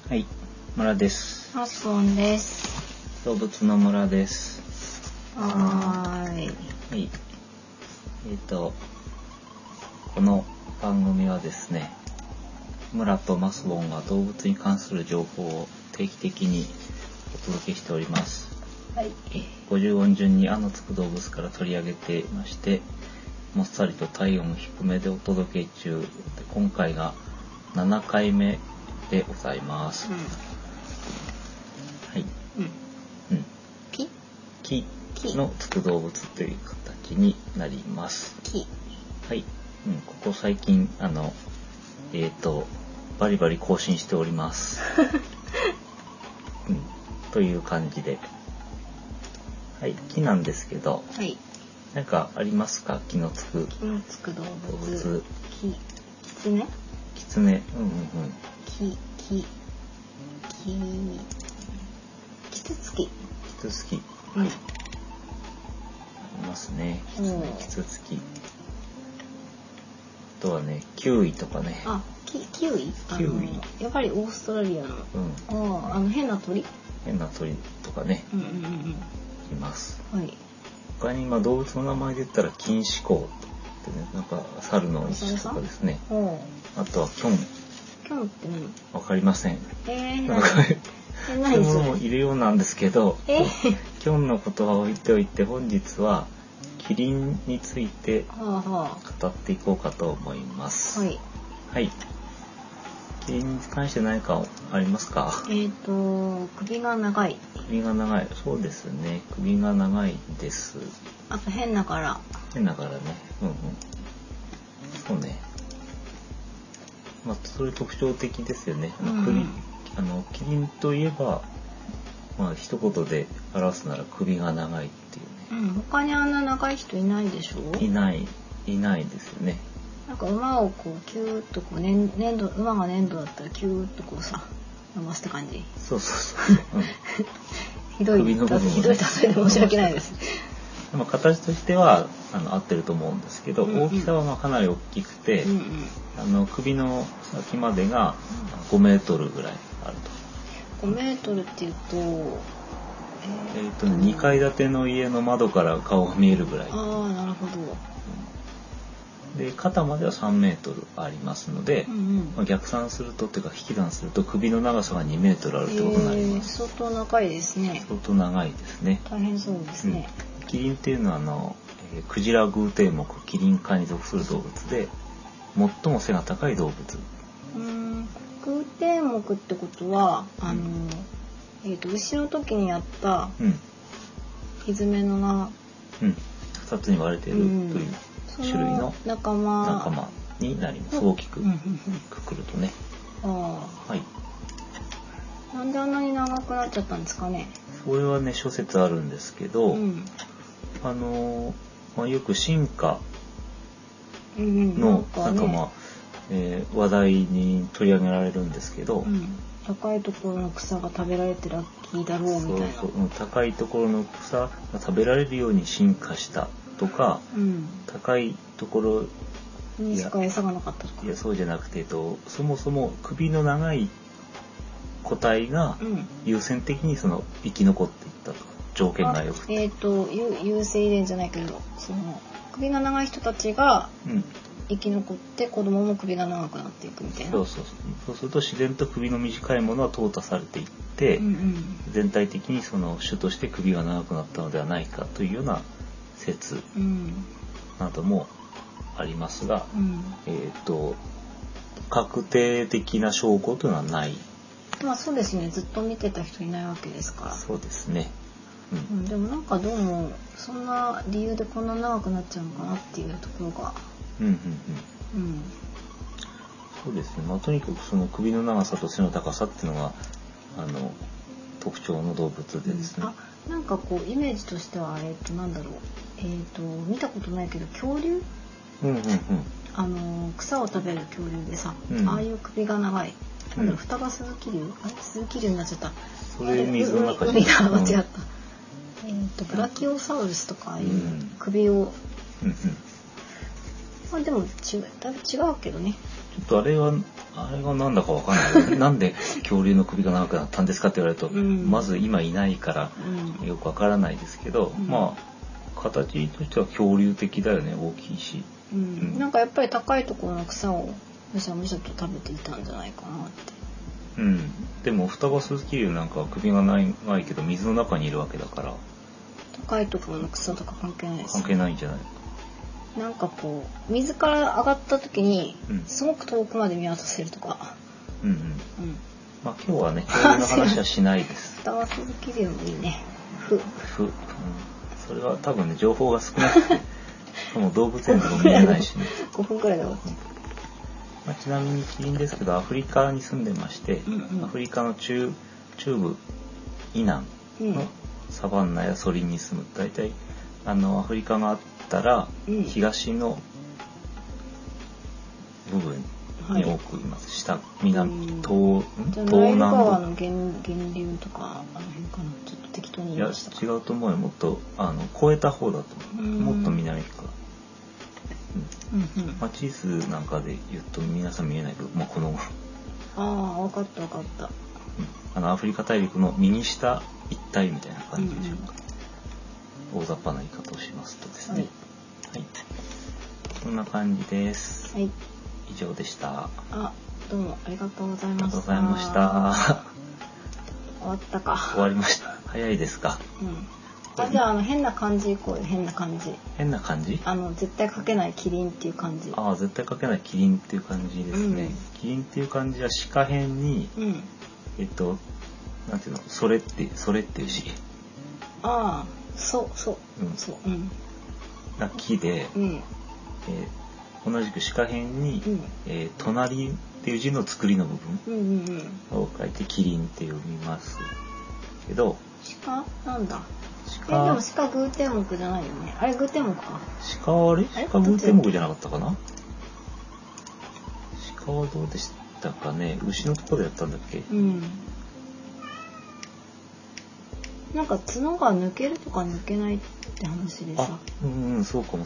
はい、村です。 マスボンです。 動物の村です。 はい。 この番組はですね、村とマスボンが動物に関する情報を定期的にお届けしております。 はい。 50音順に「あ」のつく動物から取り上げていまして、もっさりと体温低めでお届け中。今回が7回目でございます。はい。木のつく動物という形になります。はい。ここ最近バリバリ更新しております。という感じで、はい、木なんですけど、 はい。 なんかありますか？木のつく動物。キツネ。 キツネ。 キツツキ。 キツツキ。 はい。 ありますね。キツネ、キツツキ。あとはね、キウイとかね。 キウイ？ キウイ。 やっぱりオーストラリアの。変な鳥とかね。います。 はい。 他に動物の名前で言ったらキンシコウってね、なんか猿の一種とかですね。あとはキョン。 キョンって何？ わかりません。 何そういうものもいるようなんですけど、キョンのことは置いておいて、本日はキリンについて語っていこうかと思います。はい。キリンに関して何かありますか？ 首が長い。 そうですね。首が長いです。 あと変な柄ね。 そうね。それ特徴的ですよね。キリンといえば、一言で表すなら首が長いっていうね。 他にあんな長い人いないでしょ？ いないですよね。 なんか馬をこうキューッとこう馬が粘土だったらキューッとこうさ伸ばすって感じ。 そう。 ひどい例えで申し訳ないです。 でも形としては合ってると思うんですけど、大きさはかなり大きくて、首の先までが5メートルぐらいあると。 5メートルっていうと、 2階建ての家の窓から顔が見えるぐらい。 なるほど。 で肩までは3メートルありますので、逆算するとっていうか引き算すると首の長さが2メートルあるってことになります。 相当長いですね。 大変そうですね。 キリンっていうのはクジラ偶蹄目キリン科に属する動物で最も背が高い動物。 偶蹄目ってことは牛の時にやったひづめのが 2つに割れているという種類の仲間になります。大きくくくるとね。 なんであんなに長くなっちゃったんですかね。 それはね諸説あるんですけど、よく進化の話題に取り上げられるんですけど、 高いところの草が食べられてラッキーだろうみたいな。 高いところの草が食べられるように進化したとか、高いところにしか餌がなかったとか。 いやそうじゃなくて、そもそも首の長い個体が優先的に生き残っていったと。条件が良くて。 優性遺伝じゃないけど、首が長い人たちが生き残って子供も首が長くなっていくみたいな。そうすると自然と首の短いものは淘汰されていって、全体的に種として首が長くなったのではないかというような説などもありますが、確定的な証拠というのはない。 そうですね。ずっと見てた人いないわけですから。 そうですね。 でもなんかどうもそんな理由でこんな長くなっちゃうのかなっていうところが。 そうですね。とにかく首の長さと背の高さっていうのが特徴の動物でですね。 なんかこうイメージとしてはなんだろう。見たことないけど恐竜？草を食べる恐竜でさ、ああいう首が長い。双葉スズキ竜？スズキ竜になっちゃった。 それ水の中に間違った。ブラキオサウルスとかああいう首を。でもだいぶ違うけどね。 っとあれがなんだかわかんないなんで恐竜の首が長くなったんですかって言われると、まず今いないからよくわからないですけど、まあ形としては恐竜的だよね、大きいし、 なんかやっぱり高いところの草をむしゃむしゃと食べていたんじゃないかなって。 でも双葉スズキ竜なんかは首がないけど水の中にいるわけだから、 高いところの草とか関係ないですね。 関係ないんじゃないか。 なんかこう水から上がった時にすごく遠くまで見渡せるとか。 まあ今日はね恐竜の話はしないです。 双葉スズキ竜もいいね。 それは多分ね情報が少なくてもう動物園でも見れないしね。 5分くらいで終わっちゃう。 ちなみにキリンですけどアフリカに住んでまして、アフリカの中部以南のサバンナやソリに住む、大体アフリカがあったら東の部分に多くいます。下南東南部。川の源流とかあの辺かな。ちょっと適当に言いましたか。 いや違うと思うよ。もっと越えた方だと思う。もっと南か。地図なんかで言うと皆さん見えないけど、この分かったアフリカ大陸の右下一帯みたいな感じでしょうか。大雑把な言い方をしますとですね、はい、そんな感じです。以上でした。 どうもありがとうございました。 ありがとうございました。 終わったか。 終わりました。早いですか。 じゃあ変な漢字いこうよ。変な漢字。 変な漢字？ 絶対書けないキリンっていう漢字。 絶対書けないキリンっていう漢字ですね。キリンっていう漢字は鹿辺に、なんていうの、それっていう字。な木で、同じく鹿辺に、隣っていう字の作りの部分を書いてキリンって読みますけど。 鹿なんだ。でも鹿偶天目じゃないよね。あれ偶天目か。 鹿は鹿偶天目じゃなかったかな。鹿はどうでしたかね。牛のところでやったんだっけ。 なんか角が抜けるとか抜けないって話でさ。 そうかも。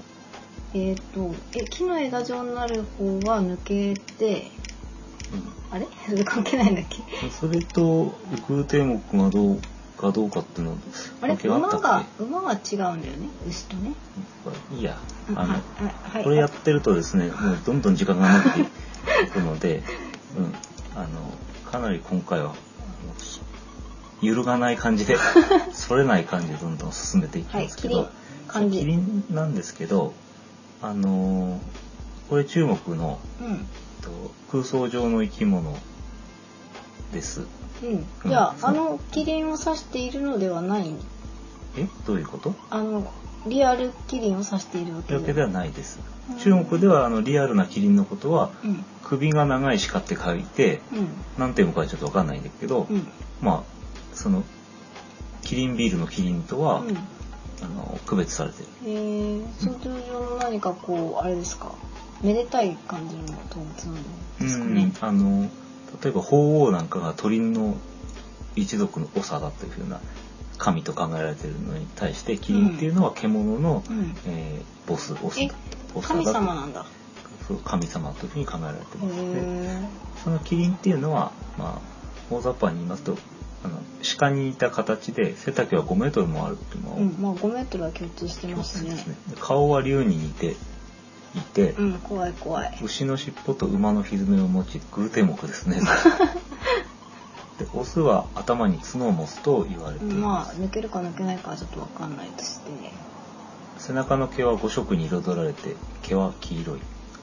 木の枝状になる方は抜けて、あれそれ関係ないんだっけ。 それと偶天目がどうかっていうの関係あったっけ。馬が違うんだよね、牛とね。 いいや、これやってるとですね、もうどんどん時間が伸びていくので、かなり今回は揺るがない感じでそれない感じでどんどん進めていきますけど、キリンなんですけど、これ中国の、空想上の生き物です。 じゃあキリンを指しているのではない。 どういうこと？ リアルキリンを指しているわけではないです。中国ではリアルなキリンのことは、首が長い鹿って書いて、なんていうのかちょっと分かんないんだけど、そのキリンビールのキリンとは、区別されてる。 その上の何かこうあれですか、めでたい感じの動物なんですかね。 例えば鳳凰なんかが鳥の一族の長だというふうな神と考えられているのに対して、キリンっていうのは獣の、ボス神様なんだ。 神様というふうに考えられてますので、そのキリンっていうのは、大雑把に言いますと、鹿に似た形で背丈は5メートルもあるっていうのを、 5メートルは共通してますね。 顔は竜に似ていて、 怖い。 牛の尻尾と馬の蹄を持ち、偶天目ですね。でオスは頭に角を持つと言われています。 抜けるか抜けないかはちょっと分かんないとしてね。 背中の毛は5色に彩られて、毛は黄色い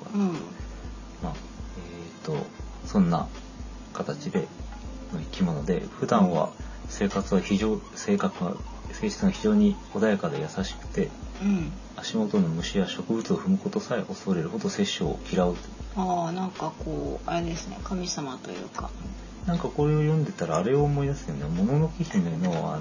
とか、そんな形での生き物で、普段は性質が非常に穏やかで優しくて、足元の虫や植物を踏むことさえ恐れるほど殺生を嫌う。 なんかあれですね、神様というか。 なんかこれを読んでたらあれを思い出すよね。もののけ姫の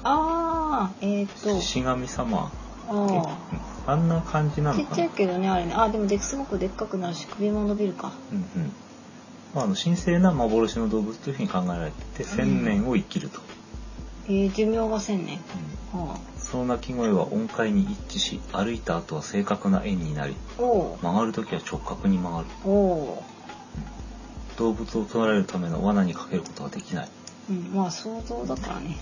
獅子神様。あんな感じなのかな。 ちっちゃいけどね、あれね。でもすごくでっかくなるし首も伸びるか。 神聖な幻の動物というふうに考えられてて、1000年を生きると。 寿命が1000年。 その鳴き声は音階に一致し、歩いた後は正確な円になり、曲がるときは直角に曲がる。 動物を捕らえるための罠にかけることができない。 まあ想像だからね。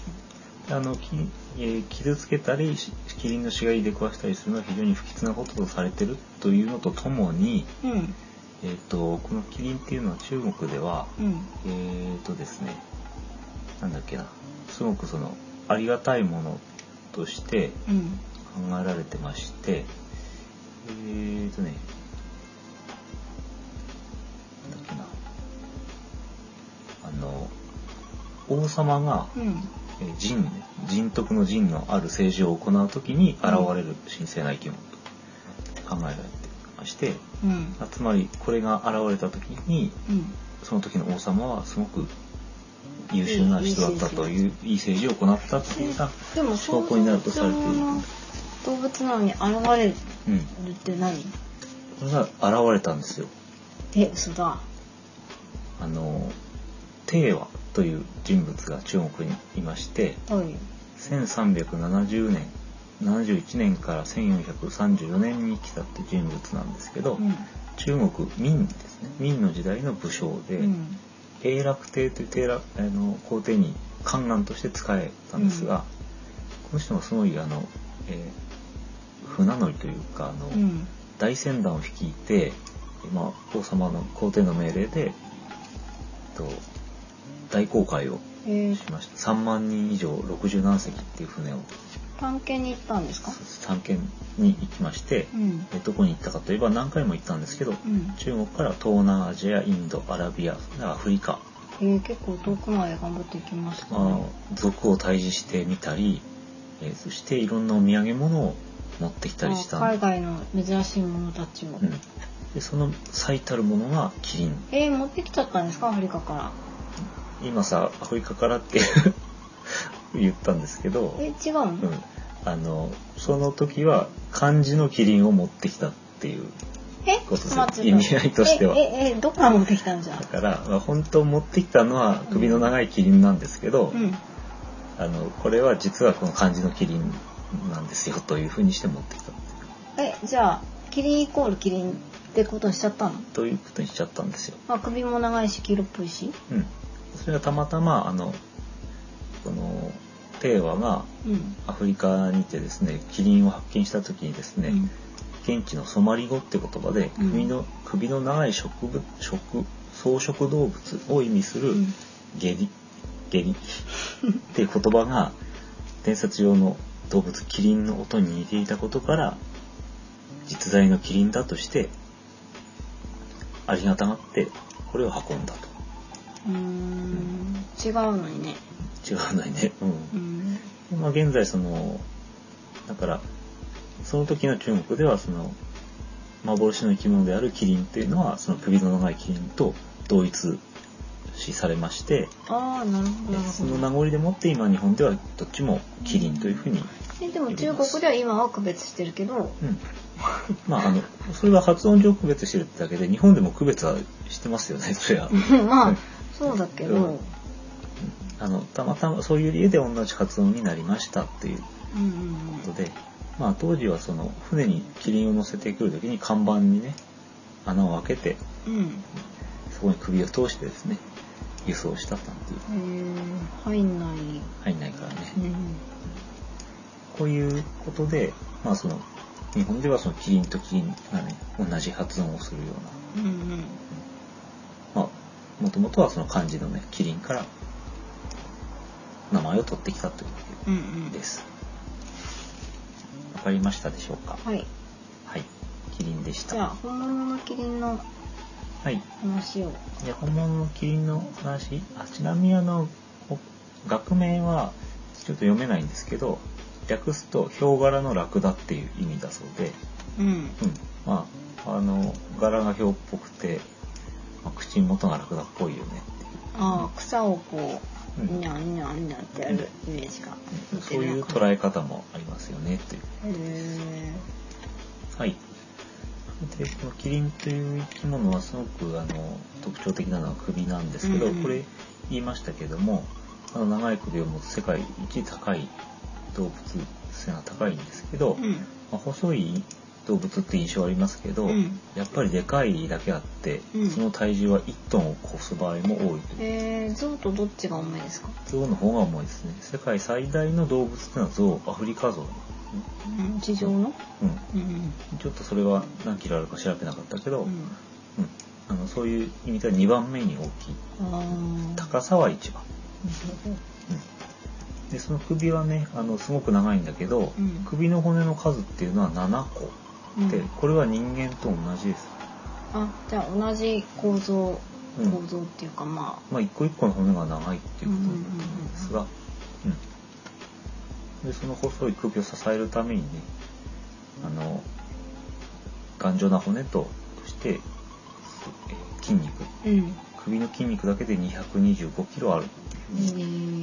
傷つけたりキリンの死骸で壊したりするのは非常に不吉なこととされてるというのとともに、このキリンっていうのは中国では、ですね、なんだっけな、すごくありがたいものとして考えられてまして、なんだっけな、王様が、人徳の仁のある政治を行うときに現れる神聖な生き物と考えられてまして、つまりこれが現れたときに、その時の王様はすごく優秀な人だったという、いい政治を行ったっていうか証拠になるとされている。 動物なのに現れるって何？ これが現れたんですよ。 嘘だ。 鄭和という人物が中国にいまして、1371年から1434年に来たって人物なんですけど、中国明ですね、明の時代の武将で、永楽帝という皇帝に宦官として仕えたんですが、この人がすごい船乗りというか大船団を率いて、王様の皇帝の命令で大航海をしました。3万人以上60何隻っていう船を探検に行ったんですか？ 探検に行きまして、どこに行ったかといえば何回も行ったんですけど、中国から東南アジア、インド、アラビア、アフリカ、 結構遠くまで頑張って行きましたね。 族を退治してみたり、そしていろんなお土産物を持ってきたりした海外の珍しいものたちを、 でその最たるものがキリン。 持ってきちゃったんですか？アフリカから。 今さアフリカからって言ったんですけど、 違うの？ その時は漢字のキリンを持ってきたっていうことです。意味合いとしては。 どこから持ってきたんじゃ？ だから、本当持ってきたのは首の長いキリンなんですけど、これは実はこの漢字のキリンなんですよというふうにして持ってきた。 じゃあキリンイコールキリンってことにしちゃったの？ ということにしちゃったんですよ。 首も長いし黄色っぽいし。 それがたまたまこの鄭和がアフリカにてですね、キリンを発見した時にですね、現地のソマリ語って言葉で首の長い草食動物を意味するゲリっていう言葉が伝説上の動物キリンの音に似ていたことから実在のキリンだとしてありがたがってこれを運んだと。 違うのにね。 違うのにね。現在だからその時の中国では幻の生き物であるキリンっていうのはその首の長いキリンと同一視されまして、 なるほど。 その名残でもって今日本ではどっちもキリンというふうにでも中国では今は区別してるけど、 それは発音上区別してるってだけで日本でも区別はしてますよね。それはそうだけど、 たまたまそういう理由で同じ発音になりましたっていうことで、当時は船にキリンを乗せてくる時に看板にね穴を開けて、そこに首を通してですね輸送したなんていう。 入んないからね。こういうことで日本ではキリンとキリンがね同じ発音をするような、もともとは漢字のねキリンから名前を取ってきたというわけです。わかりましたでしょうか？ はい。 キリンでした。 じゃあ本物のキリンの話を。 本物のキリンの話。ちなみに学名はちょっと読めないんですけど、略すとヒョウ柄のラクダっていう意味だそうで、柄がヒョウっぽくて、口元がラクダっぽいよねっていう。 草をこうにゃんにゃんにゃんってやるイメージが、 そういう捉え方もありますよねっていう。でこのキリンという生き物はすごく特徴的なのは首なんですけど、これ言いましたけども長い首を持つ世界一高い動物性が高いんですけど、細い動物って印象ありますけど、やっぱりでかいだけあって、その体重は1トンを超す場合も多いという。 象とどっちが重いですか？ 象の方が重いですね。世界最大の動物っていうのは象、アフリカ象。 地上の？ ちょっとそれは何キロあるか調べなかったけど、そういう意味では2番目に大きい。高さは1番。でその首はねすごく長いんだけど、首の骨の数っていうのは7個で、これは人間と同じです。 じゃあ同じ構造っていうか一個一個の骨が長いっていうことなんですが、でその細い首を支えるためにね頑丈な骨として筋肉、首の筋肉だけで225キロあるっていう。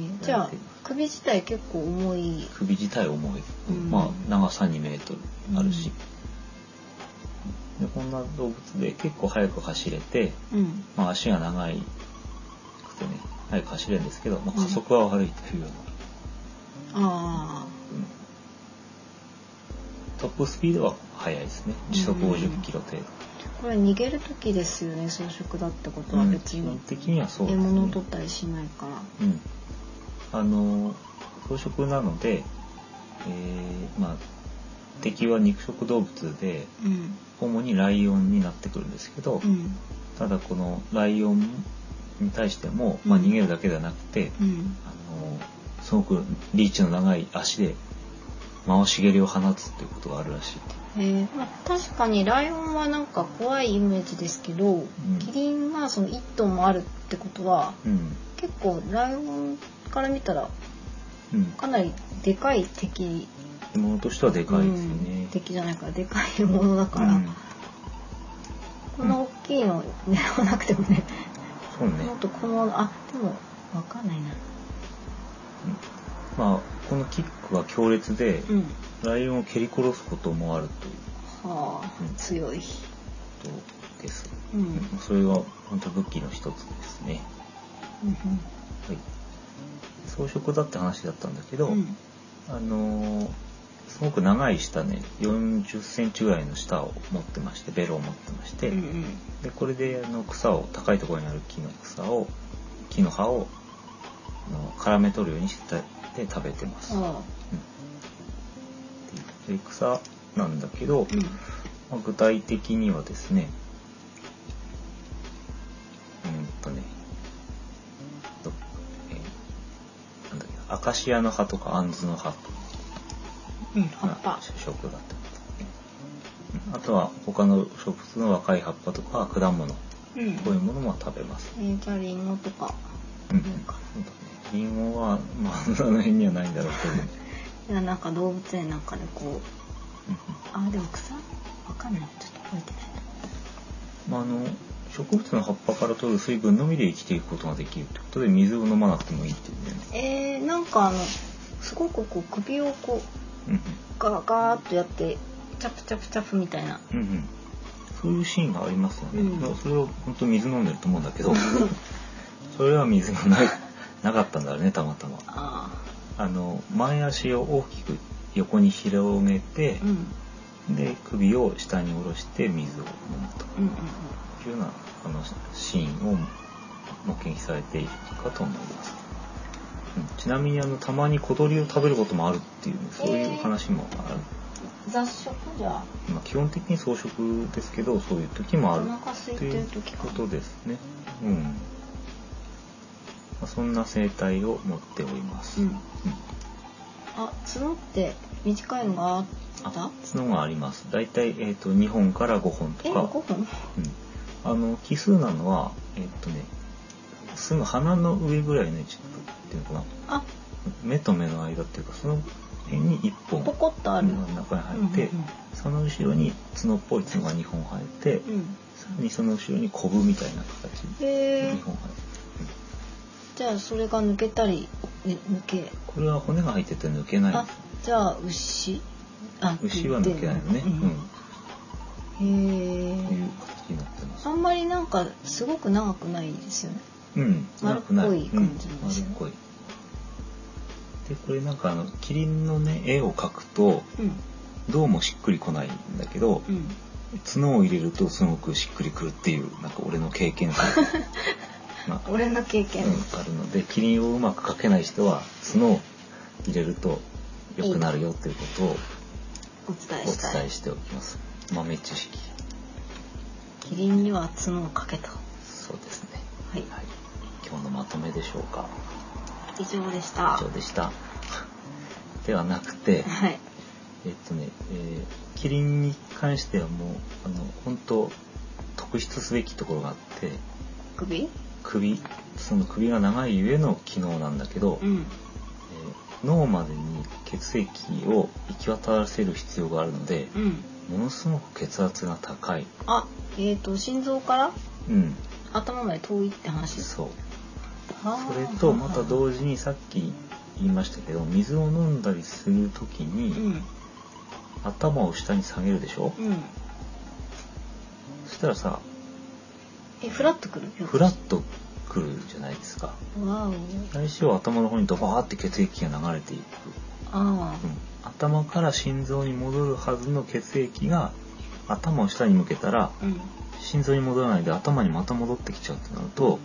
じゃあ首自体結構重い。 首自体重い。長さ2メートルあるし。でこんな動物で結構速く走れて、足が長いくてね速く走れるんですけど、加速は悪いというような。トップスピードは速いですね。時速50キロ程度。 これ逃げる時ですよね。草食だってことは別に、 基本的にはそうですね。 獲物を取ったりしないから。 草食なので、敵は肉食動物で、主にライオンになってくるんですけど、ただこのライオンに対しても、逃げるだけではなくて、すごくリーチの長い足で回し蹴りを放つっていうことがあるらしい。 確かにライオンはなんか怖いイメージですけど、キリンがその1トンもあるってことは、結構ライオンから見たらかなりでかい敵。 ものとしてはでかいですよね。 敵じゃないからでかいものだから、こんな大きいの狙わなくてもね。 そうね。 もっとでもわかんないな。 このキックは強烈で、ライオンを蹴り殺すこともあるという。 強い。 ことです。それが本当武器の一つですね。草食だって話だったんだけど、すごく長い舌ね、40センチぐらいの舌を持ってまして、ベロを持ってまして、でこれで草を高いところにある木の葉を絡め取るようにして食べてます。で草なんだけど、具体的にはですね、アカシアの葉とかアンズの葉とか主食だと、あとは他の植物の若い葉っぱとか果物、こういうものも食べます。 じゃあリンゴとか、 リンゴはその辺にはないんだろうけど、 なんか動物園なんかでこう、でも草わかんない、ちょっと覚えてない。 植物の葉っぱから取る水分のみで生きていくことができるということで、水を飲まなくてもいいっていうね。 なんかすごく首をガーッとやってチャプチャプチャプみたいな、 そういうシーンがありますよね。それを本当水飲んでると思うんだけどそれは水がなかったんだろうね、たまたま。前足を大きく横に広げて、で首を下に下ろして水を飲むというようなシーンを目撃されているかと思います。ちなみにたまに小鳥を食べることもあるっていう、そういう話もある。 雑食じゃ。 基本的に草食ですけど、そういう時もあるということですね。そんな生態を持っております。 角って短いのがあった？ 角があります。だいたい2本から5本とか。 5本？ 奇数なのはすぐ鼻の上ぐらいの位置っていうのかな。目と目の間っていうか、その辺に1本ポコッとある中に入って、その後ろに角っぽい角が2本生えて、さらにその後ろにコブみたいな形で2本生えて。 じゃあそれが抜けたりこれは骨が入ってて抜けないです。 じゃあ牛は抜けないのね。 へえ。 いう形になってます。 あんまりなんかすごく長くないですよね。丸っこい感じですね。 丸っこい。でこれなんかキリンのね絵を描くと、 どうもしっくりこないんだけど、角を入れるとすごくしっくりくるっていうなんか俺の経験俺の経験、 あるので、キリンをうまく描けない人は角を入れると良くなるよっていうことをお伝えしておきます。豆知識。 キリンには角を描けと。 そうですね。 はい。 今日のまとめでしょうか。 以上でした。 ではなくて、キリンに関してはもう本当特筆すべきところがあって、その首が長いゆえの機能なんだけど、脳までに血液を行き渡らせる必要があるので、ものすごく血圧が高い。 心臓から、頭まで遠いって話。 そう。それとまた同時にさっき言いましたけど、水を飲んだりするときに、頭を下に下げるでしょ。そしたらさ、 フラッとくるじゃないですか。 わお。 最初は頭の方にドバーって血液が流れていく。頭から心臓に戻るはずの血液が頭を下に向けたら、心臓に戻らないで頭にまた戻ってきちゃうってなると、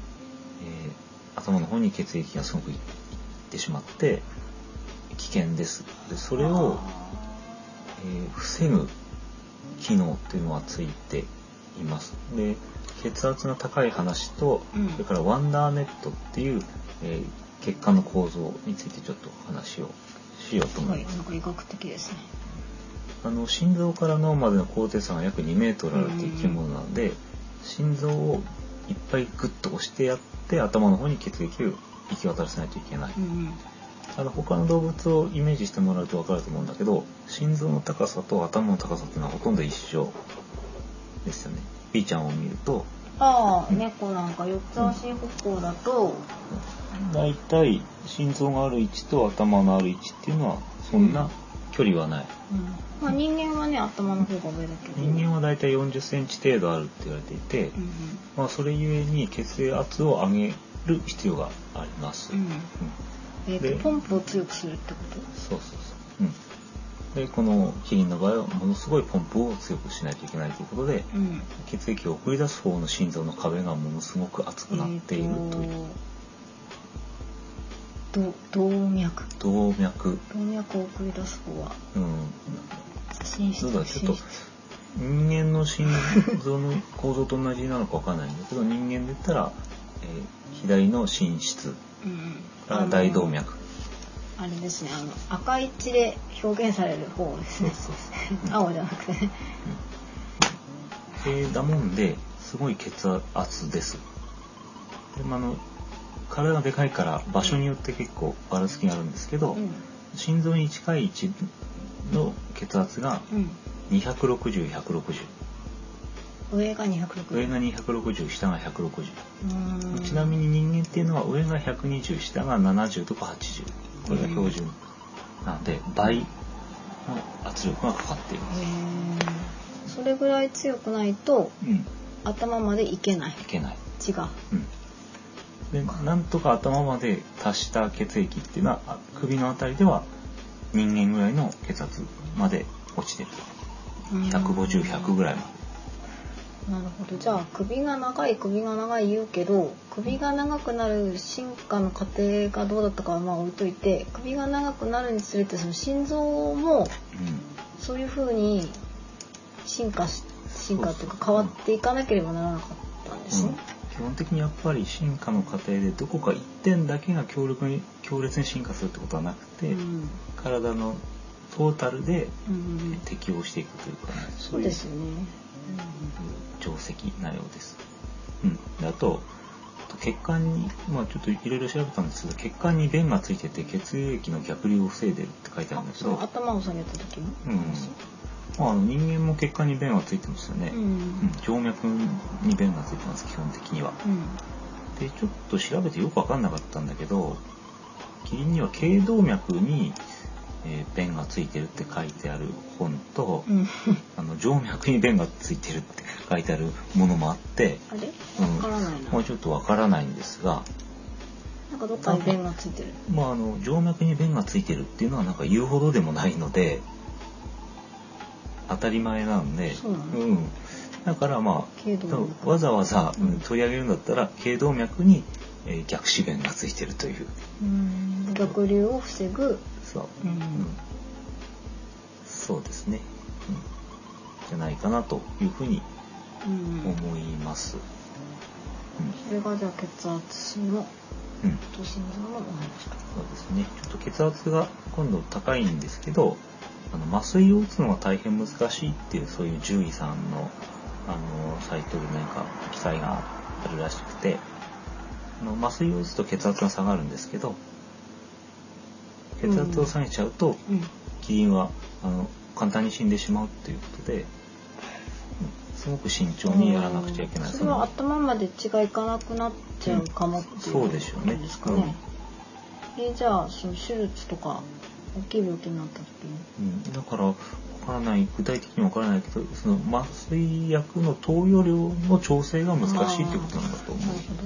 頭の方に血液がすごくいってしまって危険です。でそれを、防ぐ機能っていうのはついています。で血圧が高い話と、それからワンダーネットっていう、血管の構造についてちょっと話をしようと思います。 なんか医学的ですね。 心臓から脳までの高低差が約2メートルあるっていう生き物なので、心臓をいっぱいグッと押してやって頭の方に血液を行き渡らせないといけない。他の動物をイメージしてもらうと分かると思うんだけど、心臓の高さと頭の高さっていうのはほとんど一緒ですよね。ピーちゃんを見ると、 猫なんか四つ足歩行だと、 だいたい心臓がある位置と頭のある位置っていうのはそんな距離はない。 人間はね、頭の方が上だけど、 人間はだいたい40センチ程度あるって言われていて、それゆえに血圧を上げる必要があります。 ポンプを強くするってこと？ そう。でこのキリンの場合はものすごいポンプを強くしないといけないということで、血液を送り出す方の心臓の壁がものすごく厚くなっているという。 動脈を送り出す方は、 そうだ、ちょっと人間の心臓の構造と同じなのかわかんないんだけど、人間で言ったら、左の心室から大動脈、 あれですね、赤い血で表現される方ですね。青じゃなくてだもんですごい血圧です。で体がでかいから場所によって結構ばらつきがあるんですけど、心臓に近い位置の血圧が260、160。 上が260、 下が160。ちなみに人間っていうのは上が120、下が70とか80。これが標準。なので倍の圧力がかかっています。 それぐらい強くないと、頭までいけない。血が。 でなんとか頭まで達した血液っていうのは首のあたりでは人間ぐらいの血圧まで落ちてる。150、100ぐらいまで。 なるほど。じゃあ首が長い言うけど、首が長くなる進化の過程がどうだったかは置いといて、首が長くなるにつれてその心臓もそういう風に進化というか変わっていかなければならなかったんですね。 基本的にやっぱり進化の過程でどこか一点だけが強烈に進化するってことはなくて、体のトータルで適応していくというか、 そうですよね。 定石なようです。であと血管にちょっといろいろ調べたんですけど、血管に弁がついてて血液の逆流を防いでるって書いてあるんだけど、 頭を下げた時に、 人間も血管に弁はついてますよね。静脈に弁がついてます、基本的には。でちょっと調べてよく分かんなかったんだけど、キリンには頸動脈に弁がついてるって書いてある本と、静脈に弁がついてるって書いてあるものもあって、 わからないな。 ちょっとわからないんですが、 なんかどっかに弁がついてる。 静脈に弁がついてるっていうのはなんか言うほどでもないので、 当たり前なんで、だからまあわざわざ取り上げるんだったら頸動脈に逆止弁がついてるという。 逆流を防ぐ。 そうですね。じゃないかなというふうに思います。 それがじゃあ血圧のと心臓のお話か。 そうですね。ちょっと血圧が今度高いんですけど、麻酔を打つのが大変難しいっていうそういう獣医さんのサイトで何か記載があるらしくて、麻酔を打つと血圧が下がるんですけど、血圧を下げちゃうと、キリンは簡単に死んでしまうということで、すごく慎重にやらなくちゃいけない。 それは頭まで血がいかなくなっちゃうかもっていう、 そうでしょうね。 ですかね。じゃあその手術とか大きい病気になった時に、 だからわからない、具体的にわからないけど、その麻酔薬の投与量の調整が難しいということなんだと思う。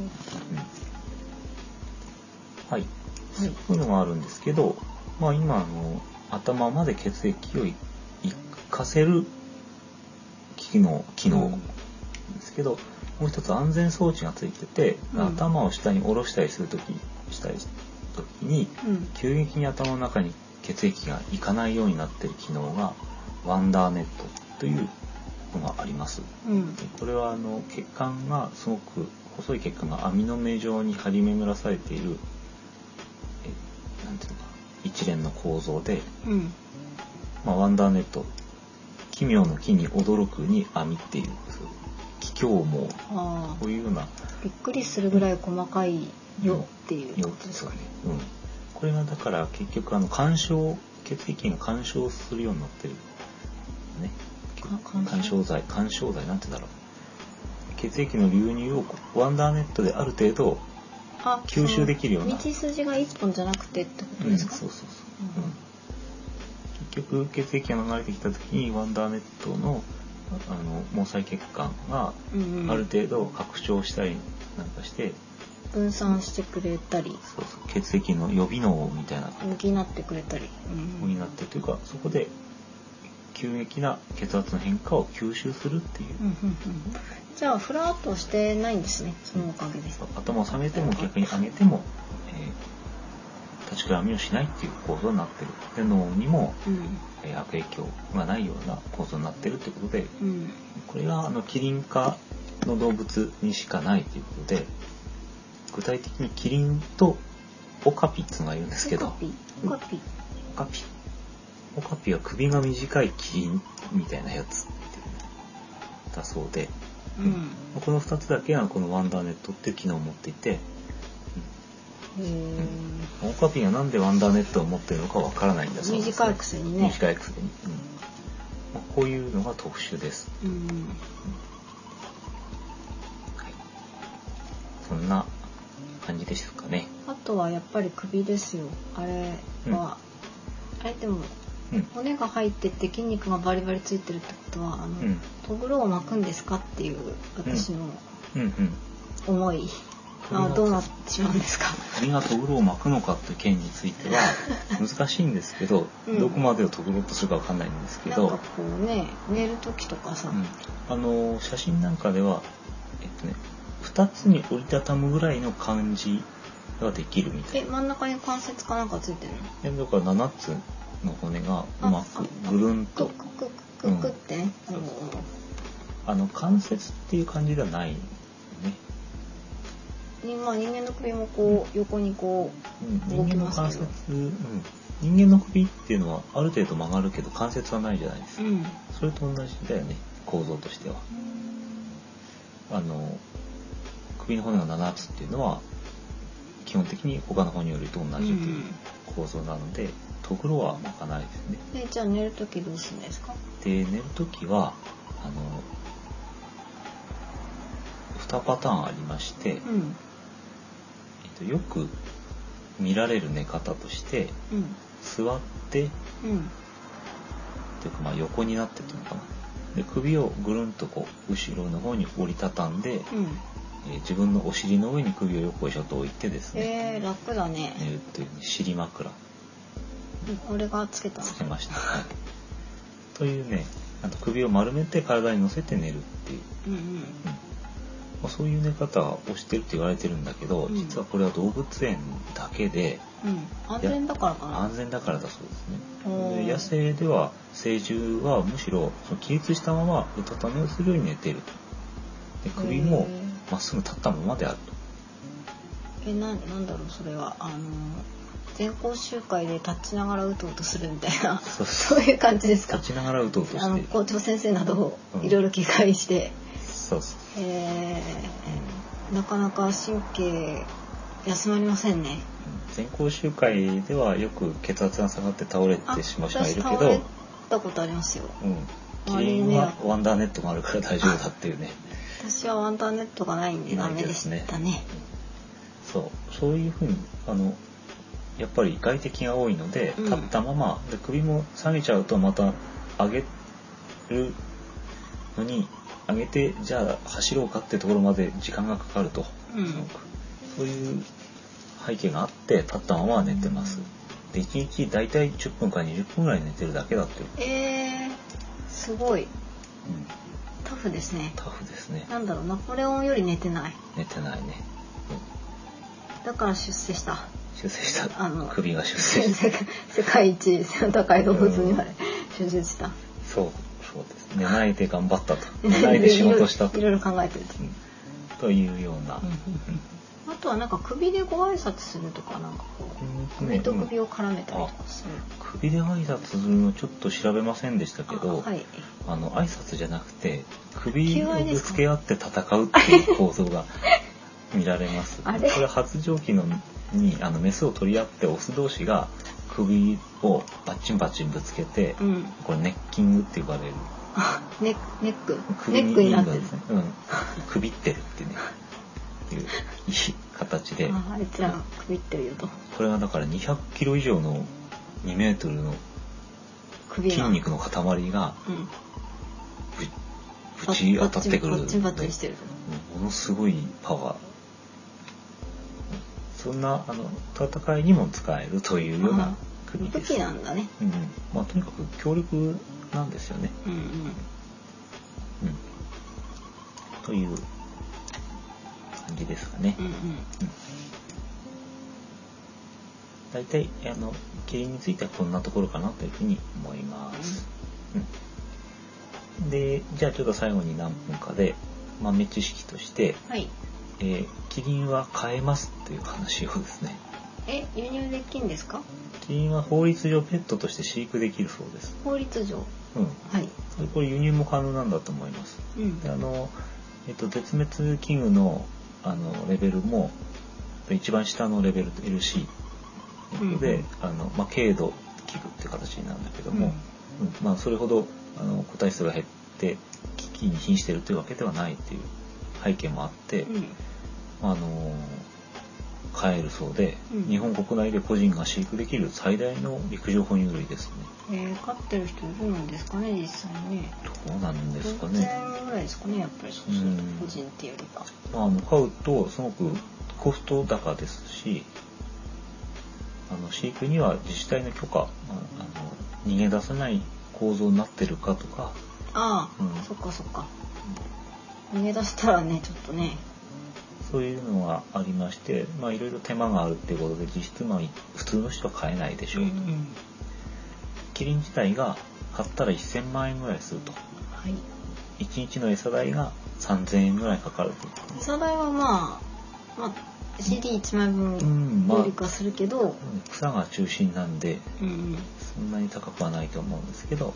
はい。そういうのがあるんですけど、まあ今頭まで血液を行かせる機能ですけど、もう一つ安全装置がついてて、頭を下に下ろしたりするときに、急激に頭の中に血液がいかないようになっている機能がワンダーネットというのがあります。これは血管がすごく細い血管が網の目状に張り巡らされているなんていうのか一連の構造で、ワンダーネット、奇妙の奇に驚くに網っていう奇境もこういうようなびっくりするぐらい細かいよっていうことですかね。 これがだから結局血液が干渉するようになってるね。干渉剤なんて言うんだろう。血液の流入をワンダーネットである程度吸収できるような。 道筋が一本じゃなくてってことですか。 結局血液が流れてきた時にワンダーネットの毛細血管がある程度拡張したりなんかして分散してくれたり、 血液の予備能みたいな補ってくれたり、 補ってというか、そこで急激な血圧の変化を吸収するっていう。 じゃあフラッとしてないんですね、そのおかげで。 頭を下げても逆に上げても、立ちくらみをしないっていう構造になってる。で脳にも、悪影響がないような構造になってるということで、これがキリン科の動物にしかないということで、具体的にキリンとオカピっていうのがいるんですけど、オカピは首が短いキリンみたいなやつだそうで、この2つだけがこのワンダーネットっていう機能を持っていて、オカピがなんでワンダーネットを持っているのかわからないんだそうですね。 短いくせにね。 こういうのが特殊です。そんな感じですかね。 あとはやっぱり首ですよ。あれは、あれでも骨が入ってて筋肉がバリバリついてるってことはとぐろを巻くんですかっていう私の思い。どうなってしまうんですか。 首がとぐろを巻くのかっていう件については難しいんですけど、どこまでをとぐろとするかわかんないんですけど、 なんかこうね、寝る時とかさ、 写真なんかでは2つに折りたたむぐらいの感じができるみたいな。 真ん中に関節かなんかついてるの？ だから7つの骨がうまくぐるんとくくってね。 関節っていう感じではないよね。 人間の首もこう横にこう動きますけど、 人間の首っていうのはある程度曲がるけど関節はないじゃないですか。それと同じだよね、構造としては。首の骨が7つっていうのは基本的に他の骨よりと同じという構造なので、とぐろは巻かないですね。 じゃあ寝るときどうするんですか？ で、寝るときは2パターンありまして、よく見られる寝方として、座って、というか横になってというのかな。で、首をぐるんとこう後ろの方に折りたたんで、自分のお尻の上に首をよこいしょと置いてですね。 楽だね。 尻枕。 俺がつけたの。 つけました。というね、 首を丸めて体に乗せて寝るっていう、そういう寝方をしてるって言われてるんだけど、実はこれは動物園だけで、 安全だからかな。 安全だからだそうですね。で野生では成獣はむしろその起立したままうたた寝をするように寝てると。で首もまっすぐ立ったままであると。 なんだろうそれは全校集会で立ちながらうとうとするみたいなそういう感じですか。 立ちながらうとうとして校長先生などをいろいろ警戒して、 そうそう、 なかなか神経休まりませんね。 全校集会ではよく血圧が下がって倒れてしまう人がいるけど、 私倒れたことありますよ。 キリンはワンダーネットがあるから大丈夫だっていうね。 私はワンダーネットがないんでダメでしたね。 そういうふうにやっぱり外敵が多いので、立ったままで首も下げちゃうとまた上げるのに上げてじゃあ走ろうかっていうところまで時間がかかると、そういう背景があって立ったまま寝てます。で1日だいたい10分から20分ぐらい寝てるだけだっていう。 すごい、タフですね。 タフですね。 なんだろうナポレオンより寝てない。 寝てないね。 だから出世した。 首が出世した。 世界一背の高い動物にまで出世した。 そうですね。寝ないで頑張ったと。寝ないで仕事したと。 いろいろ考えてるというような。 あとはなんか首でご挨拶するとかなんかこう首と首を絡めたりとかする。 首で挨拶するのちょっと調べませんでしたけど、挨拶じゃなくて首をぶつけ合って戦うっていう構造が見られます。これ発情期にメスを取り合ってオス同士が首をバッチンバッチンぶつけて、これネッキングって呼ばれる。 ネック首になってるんですね。首ってるってね。いういい形で。 あいつら首ってるよと。 これはだから200キロ以上の2メートルの筋肉の塊がぶち当たってくる。 バッチンバッチンしてる。 ものすごいパワー。そんな戦いにも使えるというような国です。 武器なんだね。 とにかく強力なんですよね。という感じですかね。だいたいキリンについてはこんなところかなというふうに思います。でじゃあちょっと最後に何分かで豆知識として、キリンは飼えますという話をですね。 輸入できるんですか？ キリンは法律上ペットとして飼育できるそうです。 法律上。 これ輸入も可能なんだと思います。で絶滅危惧のレベルも一番下のレベル LC で、軽度危惧って形になるんだけども、それほど個体数が減って危機に瀕しているというわけではないという背景もあって、飼えるそうで、日本国内で個人が飼育できる最大の陸上哺乳類ですね。飼ってる人いるんですかね実際ね。 どうなんですかね。 1000円ぐらいですかねやっぱりそうすると個人っていうよりか。 飼うとすごくコスト高ですし、飼育には自治体の許可、逃げ出せない構造になってるかとか。そっかそっか。逃げ出したらねちょっとね。 そういうのがありまして、いろいろ手間があるっていうことで実質普通の人は買えないでしょうと。キリン自体が買ったら1000万円ぐらいすると。1日の餌代が3000円ぐらいかかると。 餌代はCD1 枚分よりかするけど、 草が中心なんで、そんなに高くはないと思うんですけど、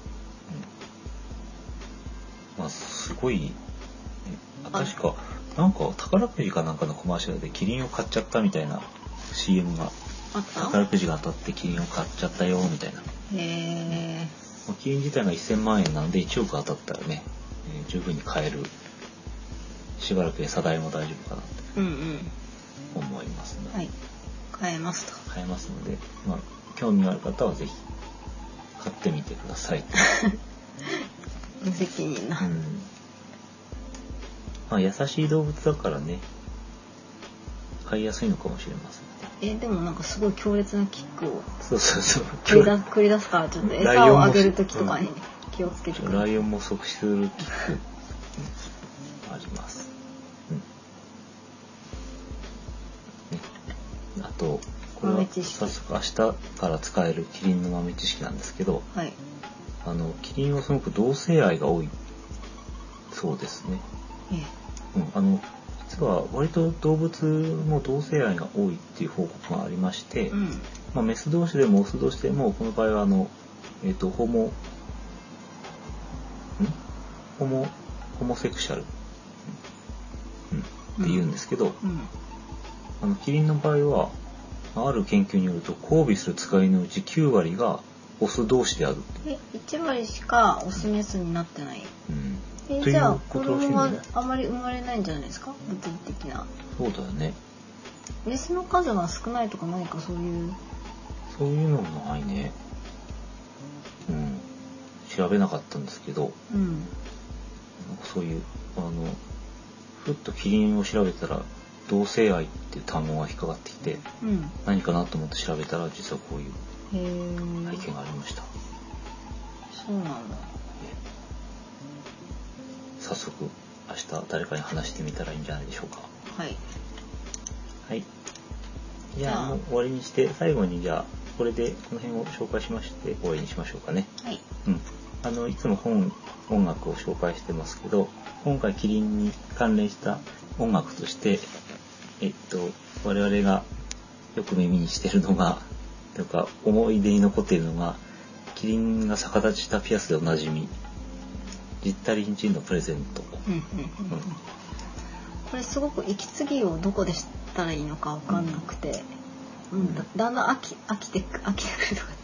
すごい、確かなんか宝くじかなんかのコマーシャルでキリンを買っちゃったみたいな CM が、宝くじが当たってキリンを買っちゃったよみたいな。キリン自体が1000万円なんで1億当たったらね、十分に買える。しばらく餌代も大丈夫かなと思いますね。 買えますと。 買えますので、興味がある方はぜひ買ってみてください。 無責任な。 優しい動物だからね、飼いやすいのかもしれません。 でもなんかすごい強烈なキックをそう繰り出すからちょっと餌をあげる時とかに、 気をつけてください。 ライオンも即死するキックあります。あとこれは早速明日から使えるキリンの豆知識なんですけど、 はい、 キリンはすごく同性愛が多いそうですね。実は割と動物も同性愛が多いっていう報告がありまして、メス同士でもオス同士でもこの場合はホモセクシャル、って言うんですけど、キリンの場合はある研究によると交尾するつがいのうち9割がオス同士である。 1割しかオスメスになってない。じゃあ子供はあまり生まれないんじゃないですか、物理的な。 そうだよね。 メスの数が少ないとか何かそういうのもないね。調べなかったんですけど、そういうふっとキリンを調べたら同性愛っていう単語が引っかかってきて、何かなと思って調べたら実はこういう背景がありました。 そうなんだ。 早速明日誰かに話してみたらいいんじゃないでしょうか。はい。じゃあもう終わりにして、最後にじゃあこれでこの辺を紹介しまして終わりにしましょうかね。いつも音楽を紹介してますけど、今回キリンに関連した音楽として我々がよく耳にしているのがというか思い出に残っているのが、キリンが逆立ちしたピアスでおなじみジッタリンジンのプレゼント。 これすごく息継ぎをどこでしたらいいのか分かんなくて、だんだん飽きてくるとかって。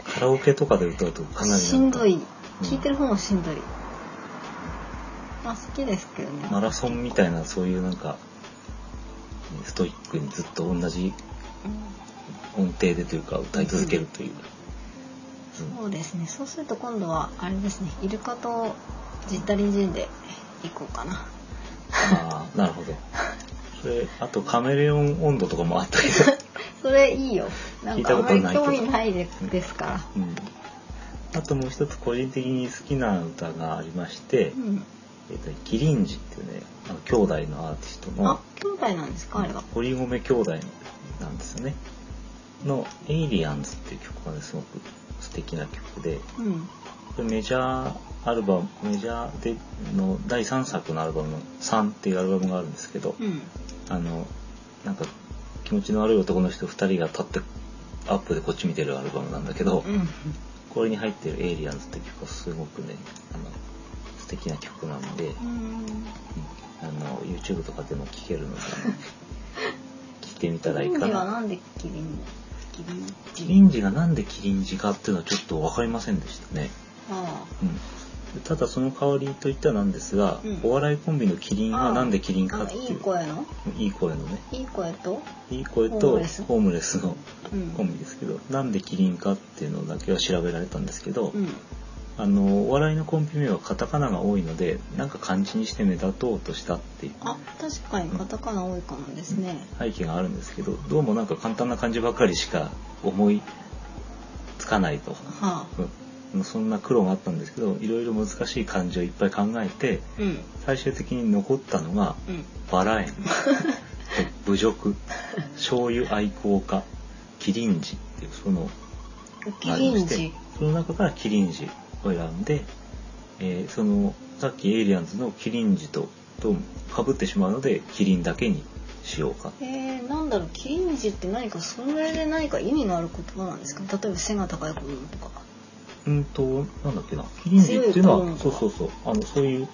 カラオケとかで歌うとかなりしんどい。聴いてる方もしんどい。好きですけどね。 マラソンみたいなそういうなんかストイックにずっと同じ音程でというか歌い続けるという。 そうですね。そうすると今度はあれですね。イルカとジッタリンジンで行こうかな。 なるほど。それあとカメレオン温度とかもあったけど。 それいいよ。なんかあんまり興味ないですから。 あともう一つ個人的に好きな歌がありまして、キリンジっていうね、兄弟のアーティストの。 兄弟なんですか、あれは。 堀米兄弟なんですよね。のエイリアンズっていう曲がね、すごく素敵な曲で、これメジャーでの第3作のアルバムの3っていうアルバムがあるんですけど、なんか気持ちの悪い男の人2人が立ってアップでこっち見てるアルバムなんだけど、これに入ってるエイリアンズっていう曲はすごくね、素敵な曲なんで、YouTube とかでも聴けるので、聴いてみたらいいかな。 キリンジはなんでキリンジがなんでキリンジかっていうのはちょっと分かりませんでしたね。ただその代わりといったなんですが、お笑いコンビのキリンはなんでキリンかっていう。いい声のね。 いい声とホームレスのコンビですけど、なんでキリンかっていうのだけは調べられたんですけど、お笑いのコンビ名はカタカナが多いので、なんか漢字にして目立とうとしたっていう。 確かにカタカナ多いかもですね。 背景があるんですけど、どうもなんか簡単な漢字ばかりしか思いつかないと。そんな苦労があったんですけど、いろいろ難しい漢字をいっぱい考えて、最終的に残ったのが、バラ園、侮辱、醤油愛好家、キリンジっていうそのがありまして、その中からキリンジを選んで、さっきエイリアンズのキリンジと被ってしまうので、キリンだけにしようか。 なんだろう、キリンジって何かそれで何か意味のある言葉なんですか？例えば背が高い子供とか。なんだっけな。キリンジっていうのは、そういう、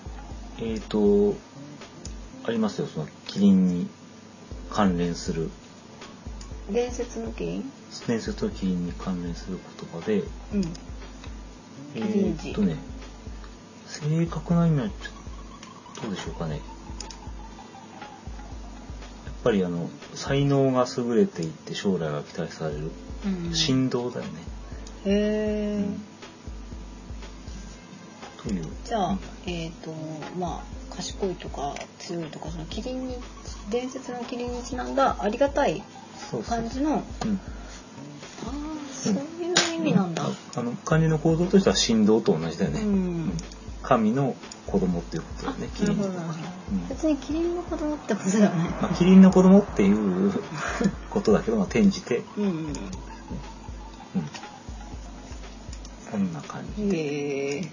ありますよ、そのキリンに関連する。 伝説のキリンに関連する言葉で、正確な意味はどうでしょうかね。やっぱり才能が優れていって将来が期待される、神童だよね。という。 じゃあ、賢いとか強いとか、そのキリンに伝説のキリンにちなんだありがたい感じの、そういう意意味なんだ。 漢字の構造としては神道と同じだよね。神の子供っていうことだよね。キリンとか。 別にキリンの子供ってことだよね。 キリンの子供っていうことだけど、転じて、そんな感じで。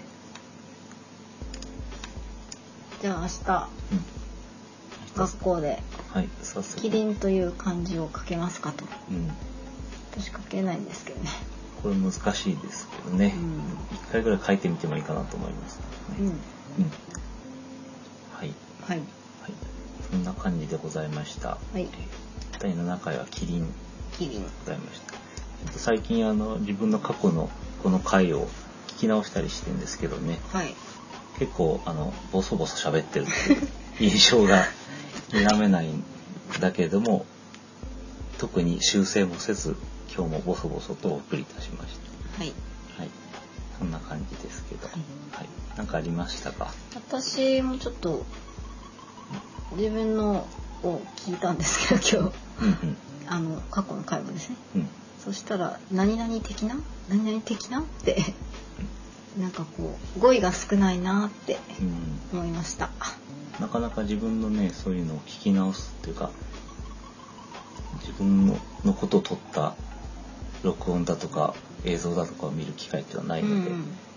じゃあ明日、学校で、キリンという漢字を書けますかと。私書けないんですけどね。 これ難しいですけどね。一回ぐらい書いてみてもいいかなと思いますね。はい。そんな感じでございました。第7回はキリンでございました。最近自分の過去のこの回を聞き直したりしてるんですけどね。結構ボソボソ喋ってるっていう印象が否めないんだけれども、特に修正もせず今日もボソボソとお送りいたしました。そんな感じですけど、なんかありましたか？ 私もちょっと自分のを聞いたんですけど今日、過去の回もですね。そしたら何々的なってなんかこう語彙が少ないなって思いました。 なかなか自分のね、そういうのを聞き直すっていうか、自分のことを撮った録音だとか映像だとかを見る機会っていうのはないので、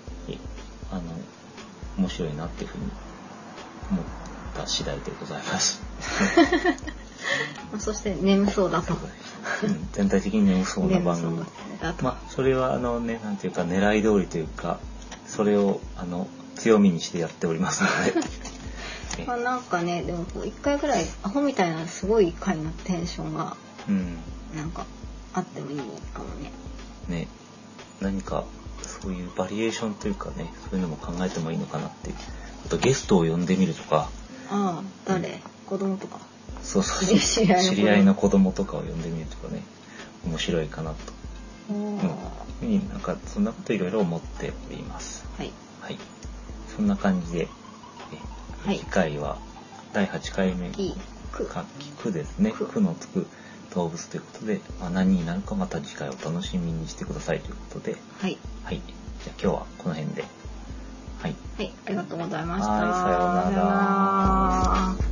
面白いなっていうふうに思った次第でございます。 そして眠そうだと。 全体的に眠そうな番組。それはなんていうか狙い通りというか、それを強みにしてやっておりますので。 なんかね、でも一回ぐらいアホみたいなすごい回のテンションがなんかあってもいいかもね。 ね、何かそういうバリエーションというかね、そういうのも考えてもいいのかなっていう。あとゲストを呼んでみるとか。 誰？子供とか。 そう知り合いの子供とかを呼んでみるとかね、面白いかなと。なんかそんなこといろいろ思っております。そんな感じで、次回は第8回目句ですね。句のつく動物ということで、何になるかまた次回お楽しみにしてくださいということで、じゃあ今日はこの辺で。 ありがとうございました。 さようなら。